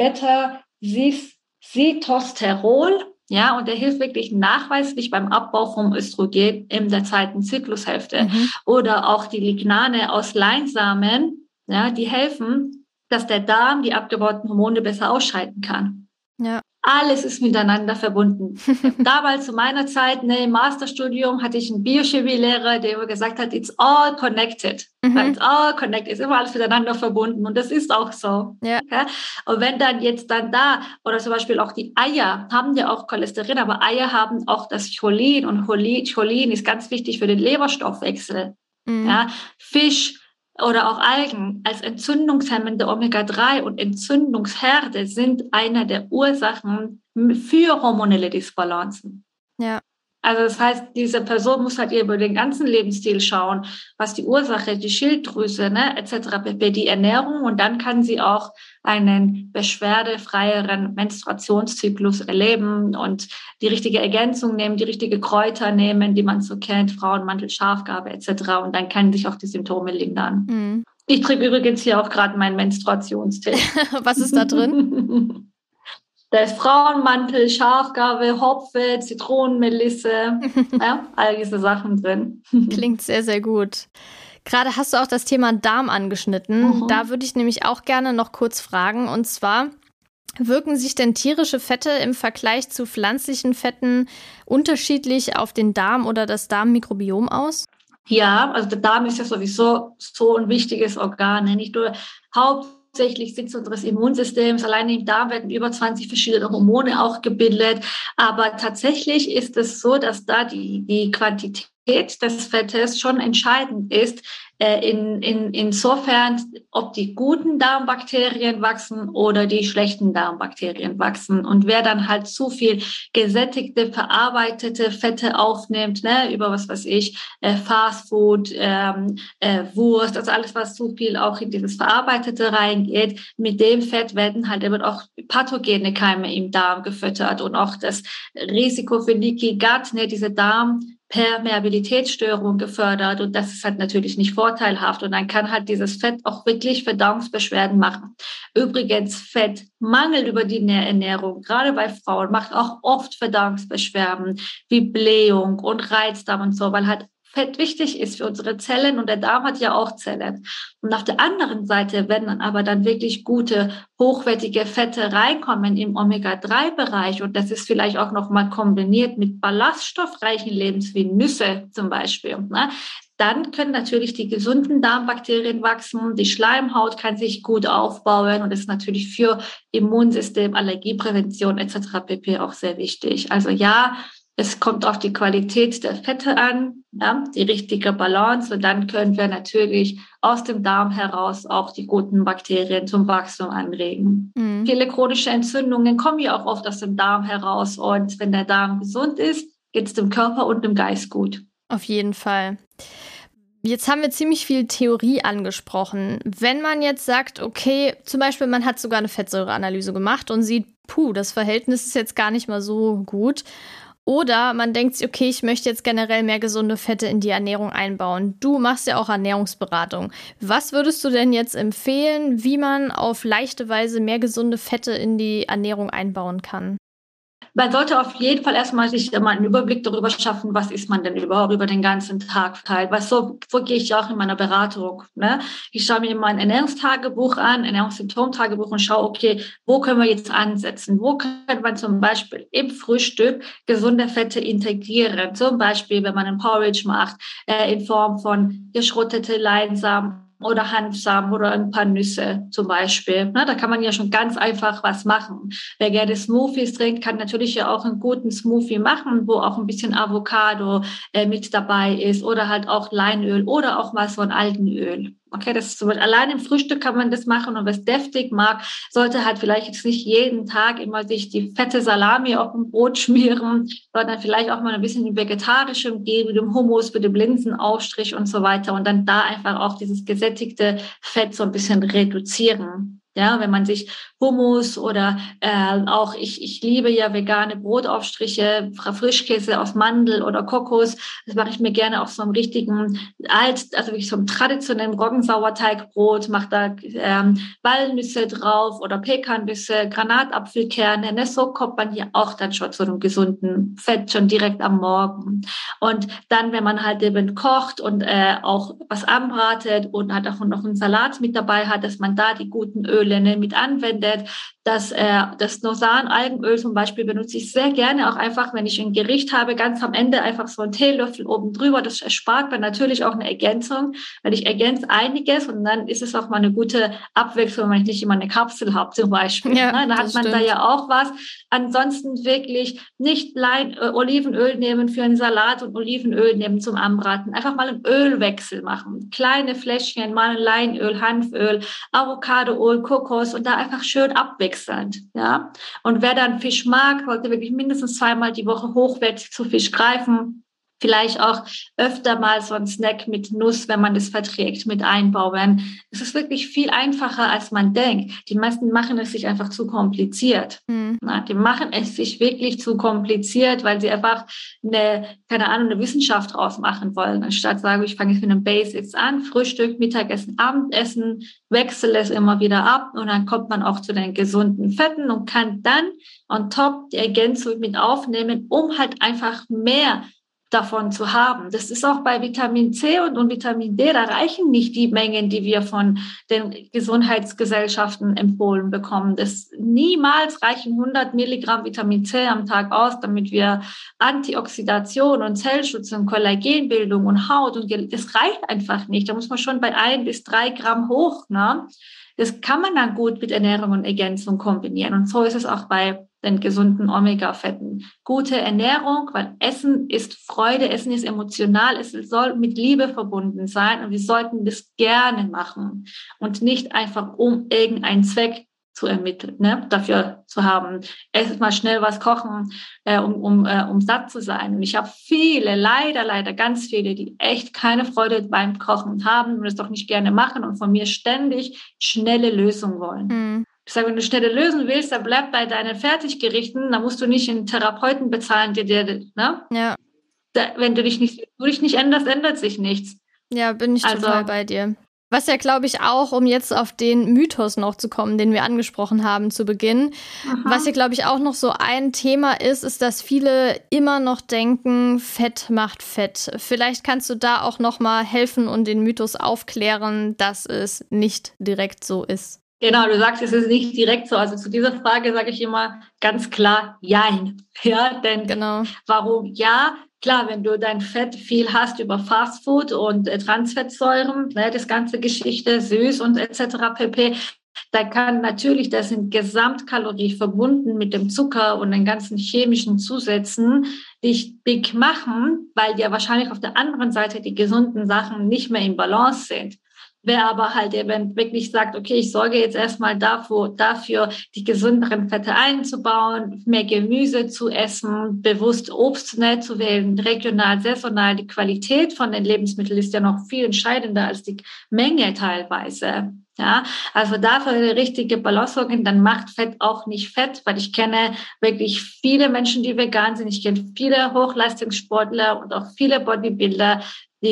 Beta-Sitosterol. Ja, und der hilft wirklich nachweislich beim Abbau vom Östrogen in der zweiten Zyklushälfte. Oder auch die Lignane aus Leinsamen, ja, die helfen, dass der Darm die abgebauten Hormone besser ausscheiden kann. Ja. Alles ist miteinander verbunden. Damals zu meiner Zeit, im Masterstudium, hatte ich einen Biochemielehrer, der immer gesagt hat, it's all connected. It's all connected, ist immer alles miteinander verbunden. Und das ist auch so. Ja. Okay? Und wenn dann jetzt da, oder zum Beispiel auch die Eier, haben ja auch Cholesterin, aber Eier haben auch das Cholin. Und Cholin ist ganz wichtig für den Leberstoffwechsel. Ja? Fisch oder auch Algen als entzündungshemmende Omega-3 und Entzündungsherde sind einer der Ursachen für hormonelle Disbalancen. Ja. Also das heißt, diese Person muss halt über den ganzen Lebensstil schauen, was die Ursache, die Schilddrüse, etc. pp. Die Ernährung, und dann kann sie auch einen beschwerdefreieren Menstruationszyklus erleben und die richtige Ergänzung nehmen, die richtige Kräuter nehmen, die man so kennt, Frauenmantel, Schafgarbe etc. Und dann können sich auch die Symptome lindern. Mhm. Ich trinke übrigens hier auch gerade meinen Menstruationstee. Was ist da drin? Da ist Frauenmantel, Schafgarbe, Hopfe, Zitronenmelisse, ja, all diese Sachen drin. Klingt sehr, sehr gut. Gerade hast du auch das Thema Darm angeschnitten. Da würde ich nämlich auch gerne noch kurz fragen. Und zwar, wirken sich denn tierische Fette im Vergleich zu pflanzlichen Fetten unterschiedlich auf den Darm oder das Darmmikrobiom aus? Ja, also der Darm ist ja sowieso so ein wichtiges Organ, nicht nur hauptsächlich Sitz unseres Immunsystems. Alleine im Darm werden über 20 verschiedene Hormone auch gebildet. Aber tatsächlich ist es so, dass da die Quantität des Fettes schon entscheidend ist, insofern, ob die guten Darmbakterien wachsen oder die schlechten Darmbakterien wachsen. Und wer dann halt zu viel gesättigte, verarbeitete Fette aufnimmt, über was weiß ich, Fastfood, Wurst, also alles, was zu viel auch in dieses Verarbeitete reingeht, mit dem Fett werden halt eben auch pathogene Keime im Darm gefüttert und auch das Risiko für Leaky Gut, diese Darmpermeabilitätsstörung gefördert, und das ist halt natürlich nicht vorteilhaft, und dann kann halt dieses Fett auch wirklich Verdauungsbeschwerden machen. Übrigens, Fettmangel über die Ernährung, gerade bei Frauen, macht auch oft Verdauungsbeschwerden wie Blähung und Reizdarm und so, weil halt Fett wichtig ist für unsere Zellen, und der Darm hat ja auch Zellen. Und auf der anderen Seite, wenn dann aber dann wirklich gute, hochwertige Fette reinkommen im Omega-3-Bereich, und das ist vielleicht auch nochmal kombiniert mit ballaststoffreichen Lebensmitteln, wie Nüsse zum Beispiel, dann können natürlich die gesunden Darmbakterien wachsen, die Schleimhaut kann sich gut aufbauen, und das ist natürlich für Immunsystem, Allergieprävention etc. pp. Auch sehr wichtig. Also ja, es kommt auf die Qualität der Fette an, die richtige Balance, und dann können wir natürlich aus dem Darm heraus auch die guten Bakterien zum Wachstum anregen. Mhm. Viele chronische Entzündungen kommen ja auch oft aus dem Darm heraus, und wenn der Darm gesund ist, geht es dem Körper und dem Geist gut. Auf jeden Fall. Jetzt haben wir ziemlich viel Theorie angesprochen. Wenn man jetzt sagt, okay, zum Beispiel man hat sogar eine Fettsäureanalyse gemacht und sieht, das Verhältnis ist jetzt gar nicht mal so gut. Oder man denkt sich, okay, ich möchte jetzt generell mehr gesunde Fette in die Ernährung einbauen. Du machst ja auch Ernährungsberatung. Was würdest du denn jetzt empfehlen, wie man auf leichte Weise mehr gesunde Fette in die Ernährung einbauen kann? Man sollte auf jeden Fall erstmal sich mal einen Überblick darüber schaffen, was isst man denn überhaupt über den ganzen Tag verteilt. Weil so gehe ich auch in meiner Beratung. Ich schaue mir immer ein Ernährungstagebuch an, Ernährungssymptomtagebuch, und schaue, okay, wo können wir jetzt ansetzen? Wo könnte man zum Beispiel im Frühstück gesunde Fette integrieren? Zum Beispiel, wenn man einen Porridge macht, in Form von geschrottete Leinsamen oder Hanfsamen oder ein paar Nüsse zum Beispiel. Da kann man ja schon ganz einfach was machen. Wer gerne Smoothies trinkt, kann natürlich ja auch einen guten Smoothie machen, wo auch ein bisschen Avocado mit dabei ist, oder halt auch Leinöl oder auch mal so ein Algenöl. Okay, das ist so, allein im Frühstück kann man das machen, und wer es deftig mag, sollte halt vielleicht jetzt nicht jeden Tag immer sich die fette Salami auf dem Brot schmieren, sondern vielleicht auch mal ein bisschen in vegetarischem gehen, mit dem Hummus, mit dem Linsenaufstrich und so weiter, und dann da einfach auch dieses gesättigte Fett so ein bisschen reduzieren. Ja, wenn man sich Hummus oder auch, ich liebe ja vegane Brotaufstriche, Frischkäse aus Mandel oder Kokos, das mache ich mir gerne auf so einem richtigen also wirklich so einem traditionellen Roggensauerteigbrot, mache da Walnüsse drauf oder Pekannüsse, Granatapfelkerne, so kommt man hier auch dann schon zu einem gesunden Fett schon direkt am Morgen. Und dann, wenn man halt eben kocht und auch was anbratet und halt auch noch einen Salat mit dabei hat, dass man da die guten Öle Olivenöle mit anwendet. Das Norsan-Algenöl zum Beispiel benutze ich sehr gerne, auch einfach, wenn ich ein Gericht habe, ganz am Ende einfach so einen Teelöffel oben drüber. Das erspart mir natürlich auch eine Ergänzung, weil ich ergänze einiges und dann ist es auch mal eine gute Abwechslung, wenn ich nicht immer eine Kapsel habe zum Beispiel. Ja, Da hat man stimmt. da ja auch was. Ansonsten wirklich nicht Olivenöl nehmen für einen Salat und Olivenöl nehmen zum Anbraten. Einfach mal einen Ölwechsel machen. Kleine Fläschchen, mal ein Leinöl, Hanföl, Avocadoöl, Kokos und da einfach schön abwechselnd. Ja? Und wer dann Fisch mag, sollte wirklich mindestens 2-mal die Woche hochwertig zu Fisch greifen. Vielleicht auch öfter mal so ein Snack mit Nuss, wenn man das verträgt, mit einbauen. Es ist wirklich viel einfacher, als man denkt. Die meisten machen es sich einfach zu kompliziert. Die machen es sich wirklich zu kompliziert, weil sie einfach eine Wissenschaft draus machen wollen. Anstatt sagen, ich fange jetzt mit den Basics an, Frühstück, Mittagessen, Abendessen, wechsle es immer wieder ab und dann kommt man auch zu den gesunden Fetten und kann dann on top die Ergänzung mit aufnehmen, um halt einfach mehr davon zu haben. Das ist auch bei Vitamin C und Vitamin D, da reichen nicht die Mengen, die wir von den Gesundheitsgesellschaften empfohlen bekommen. Niemals reichen 100 Milligramm Vitamin C am Tag aus, damit wir Antioxidation und Zellschutz und Kollagenbildung und Haut das reicht einfach nicht. Da muss man schon bei 1 bis 3 Gramm hoch, ne? Das kann man dann gut mit Ernährung und Ergänzung kombinieren. Und so ist es auch bei den gesunden Omega-Fetten. Gute Ernährung, weil Essen ist Freude, Essen ist emotional, es soll mit Liebe verbunden sein und wir sollten das gerne machen und nicht einfach um irgendeinen Zweck zu ermitteln, ne, dafür zu haben. Erst mal schnell was kochen, um satt zu sein. Und ich habe leider ganz viele, die echt keine Freude beim Kochen haben und es doch nicht gerne machen und von mir ständig schnelle Lösungen wollen. Ich sage, wenn du schnelle lösen willst, dann bleib bei deinen Fertiggerichten, dann musst du nicht einen Therapeuten bezahlen, ne? Ja. Wenn du dich nicht änderst, ändert sich nichts. Ja, bin ich total bei dir. Was ja, glaube ich, auch, um jetzt auf den Mythos noch zu kommen, den wir angesprochen haben zu Beginn, was ja, glaube ich, auch noch so ein Thema ist, dass viele immer noch denken, Fett macht Fett. Vielleicht kannst du da auch noch mal helfen und den Mythos aufklären, dass es nicht direkt so ist. Genau, du sagst, es ist nicht direkt so. Also zu dieser Frage sage ich immer ganz klar Jein. Ja, denn Warum ja? Klar, wenn du dein Fett viel hast über Fastfood und Transfettsäuren, ne, das ganze Geschichte, süß und etc. pp., da kann natürlich das in Gesamtkalorie verbunden mit dem Zucker und den ganzen chemischen Zusätzen dich big machen, weil ja wahrscheinlich auf der anderen Seite die gesunden Sachen nicht mehr in Balance sind. Wer aber halt eben wirklich sagt, okay, ich sorge jetzt erstmal dafür, die gesünderen Fette einzubauen, mehr Gemüse zu essen, bewusst Obst zu wählen, regional, saisonal. Die Qualität von den Lebensmitteln ist ja noch viel entscheidender als die Menge teilweise. Ja, also dafür eine richtige Balance sorgen, dann macht Fett auch nicht fett, weil ich kenne wirklich viele Menschen, die vegan sind. Ich kenne viele Hochleistungssportler und auch viele Bodybuilder,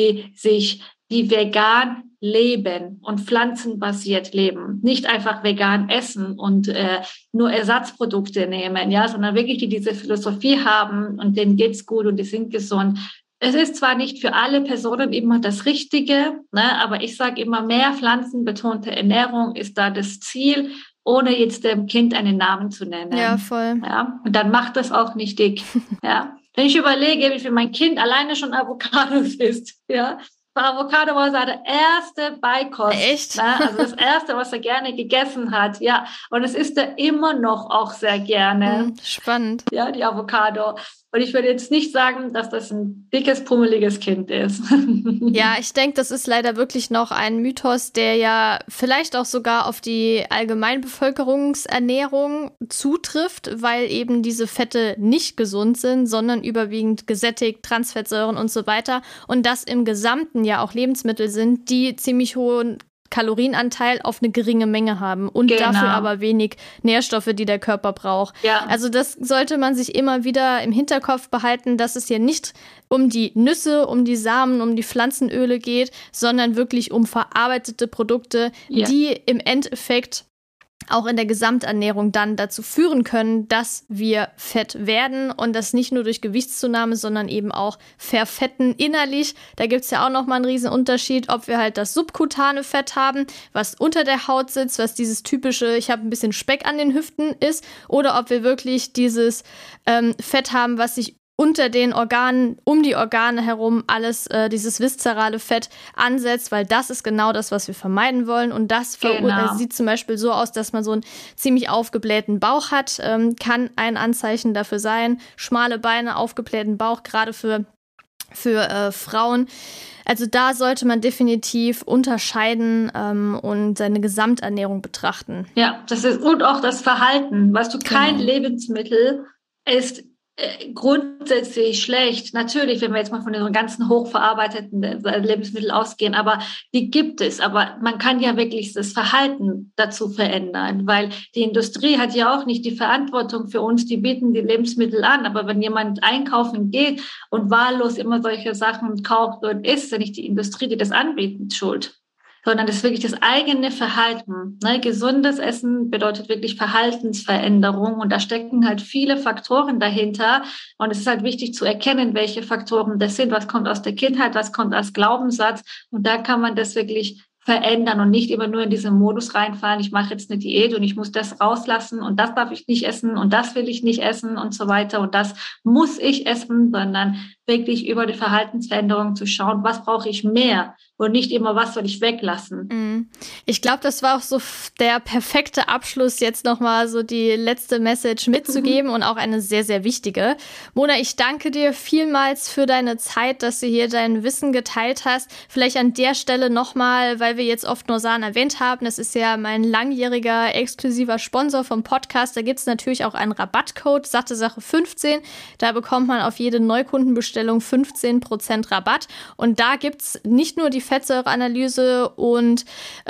die vegan leben und pflanzenbasiert leben, nicht einfach vegan essen und nur Ersatzprodukte nehmen, ja, sondern wirklich die diese Philosophie haben und denen geht's gut und die sind gesund. Es ist zwar nicht für alle Personen immer das Richtige, ne, aber ich sage immer, mehr pflanzenbetonte Ernährung ist da das Ziel, ohne jetzt dem Kind einen Namen zu nennen. Ja, voll. Ja, und dann macht das auch nicht dick. Ja, wenn ich überlege, wie viel mein Kind alleine schon Avocados isst, ja. Avocado war seine erste Beikost. Echt? Ne? Also das erste, was er gerne gegessen hat. Ja, und es isst er immer noch auch sehr gerne. Spannend. Ja, die Avocado. Und ich würde jetzt nicht sagen, dass das ein dickes, pummeliges Kind ist. Ja, ich denke, das ist leider wirklich noch ein Mythos, der ja vielleicht auch sogar auf die Allgemeinbevölkerungsernährung zutrifft, weil eben diese Fette nicht gesund sind, sondern überwiegend gesättigt, Transfettsäuren und so weiter. Und das im Gesamten ja auch Lebensmittel sind, die ziemlich hohen Kalorienanteil auf eine geringe Menge haben und dafür aber wenig Nährstoffe, die der Körper braucht. Ja. Also das sollte man sich immer wieder im Hinterkopf behalten, dass es hier nicht um die Nüsse, um die Samen, um die Pflanzenöle geht, sondern wirklich um verarbeitete Produkte, die im Endeffekt auch in der Gesamternährung dann dazu führen können, dass wir fett werden und das nicht nur durch Gewichtszunahme, sondern eben auch verfetten innerlich. Da gibt es ja auch nochmal einen riesen Unterschied, ob wir halt das subkutane Fett haben, was unter der Haut sitzt, was dieses typische, ich habe ein bisschen Speck an den Hüften ist, oder ob wir wirklich dieses Fett haben, was sich unter den Organen, um die Organe herum alles, dieses viszerale Fett ansetzt, weil das ist genau das, was wir vermeiden wollen. Und das sieht zum Beispiel so aus, dass man so einen ziemlich aufgeblähten Bauch hat, kann ein Anzeichen dafür sein. Schmale Beine, aufgeblähten Bauch, gerade für Frauen. Also da sollte man definitiv unterscheiden und seine Gesamternährung betrachten. Ja, das ist, und auch das Verhalten. Weißt du, kein Lebensmittel ist grundsätzlich schlecht. Natürlich, wenn wir jetzt mal von den ganzen hochverarbeiteten Lebensmitteln ausgehen, aber die gibt es. Aber man kann ja wirklich das Verhalten dazu verändern, weil die Industrie hat ja auch nicht die Verantwortung für uns, die bieten die Lebensmittel an. Aber wenn jemand einkaufen geht und wahllos immer solche Sachen kauft und isst, dann nicht die Industrie, die das anbietet, schuld. Sondern das ist wirklich das eigene Verhalten. Ne? Gesundes Essen bedeutet wirklich Verhaltensveränderung und da stecken halt viele Faktoren dahinter und es ist halt wichtig zu erkennen, welche Faktoren das sind, was kommt aus der Kindheit, was kommt als Glaubenssatz und da kann man das wirklich verändern und nicht immer nur in diesen Modus reinfallen, ich mache jetzt eine Diät und ich muss das rauslassen und das darf ich nicht essen und das will ich nicht essen und so weiter und das muss ich essen, sondern wirklich über die Verhaltensveränderung zu schauen, was brauche ich mehr und nicht immer, was soll ich weglassen. Ich glaube, das war auch so der perfekte Abschluss, jetzt nochmal so die letzte Message mitzugeben und auch eine sehr, sehr wichtige. Mona, ich danke dir vielmals für deine Zeit, dass du hier dein Wissen geteilt hast. Vielleicht an der Stelle nochmal, weil wir jetzt oft Norsan erwähnt haben, das ist ja mein langjähriger exklusiver Sponsor vom Podcast. Da gibt es natürlich auch einen Rabattcode, Satte Sache 15. Da bekommt man auf jede Neukundenbestellung 15% Rabatt. Und da gibt es nicht nur die Fettsäureanalyse und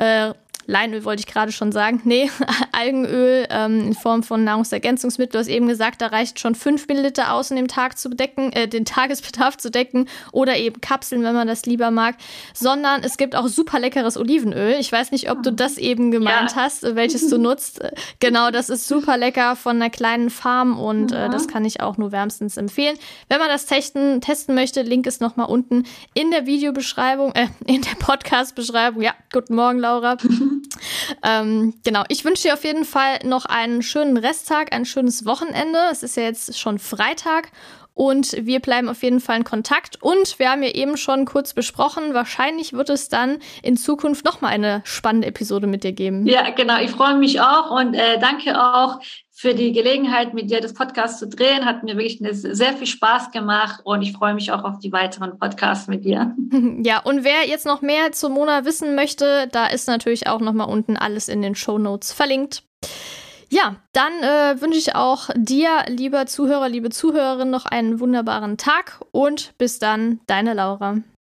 Leinöl wollte ich gerade schon sagen. Nee, Algenöl in Form von Nahrungsergänzungsmittel. Du hast eben gesagt, da reicht schon 5 Milliliter aus, um den Tag zu decken, den Tagesbedarf zu decken oder eben Kapseln, wenn man das lieber mag. Sondern es gibt auch super leckeres Olivenöl. Ich weiß nicht, ob du das eben gemeint hast, welches du nutzt. Genau, das ist super lecker von einer kleinen Farm und das kann ich auch nur wärmstens empfehlen. Wenn man das testen möchte, Link ist nochmal unten in der Videobeschreibung, in der Podcast-Beschreibung. Ja, guten Morgen, Laura. Genau, ich wünsche dir auf jeden Fall noch einen schönen Resttag, ein schönes Wochenende. Es ist ja jetzt schon Freitag und wir bleiben auf jeden Fall in Kontakt. Und wir haben ja eben schon kurz besprochen, wahrscheinlich wird es dann in Zukunft nochmal eine spannende Episode mit dir geben. Ja, genau, ich freue mich auch und danke auch für die Gelegenheit, mit dir das Podcast zu drehen. Hat mir wirklich sehr viel Spaß gemacht und ich freue mich auch auf die weiteren Podcasts mit dir. Ja, und wer jetzt noch mehr zu Mona wissen möchte, da ist natürlich auch nochmal unten alles in den Shownotes verlinkt. Ja, dann wünsche ich auch dir, lieber Zuhörer, liebe Zuhörerin, noch einen wunderbaren Tag und bis dann, deine Laura.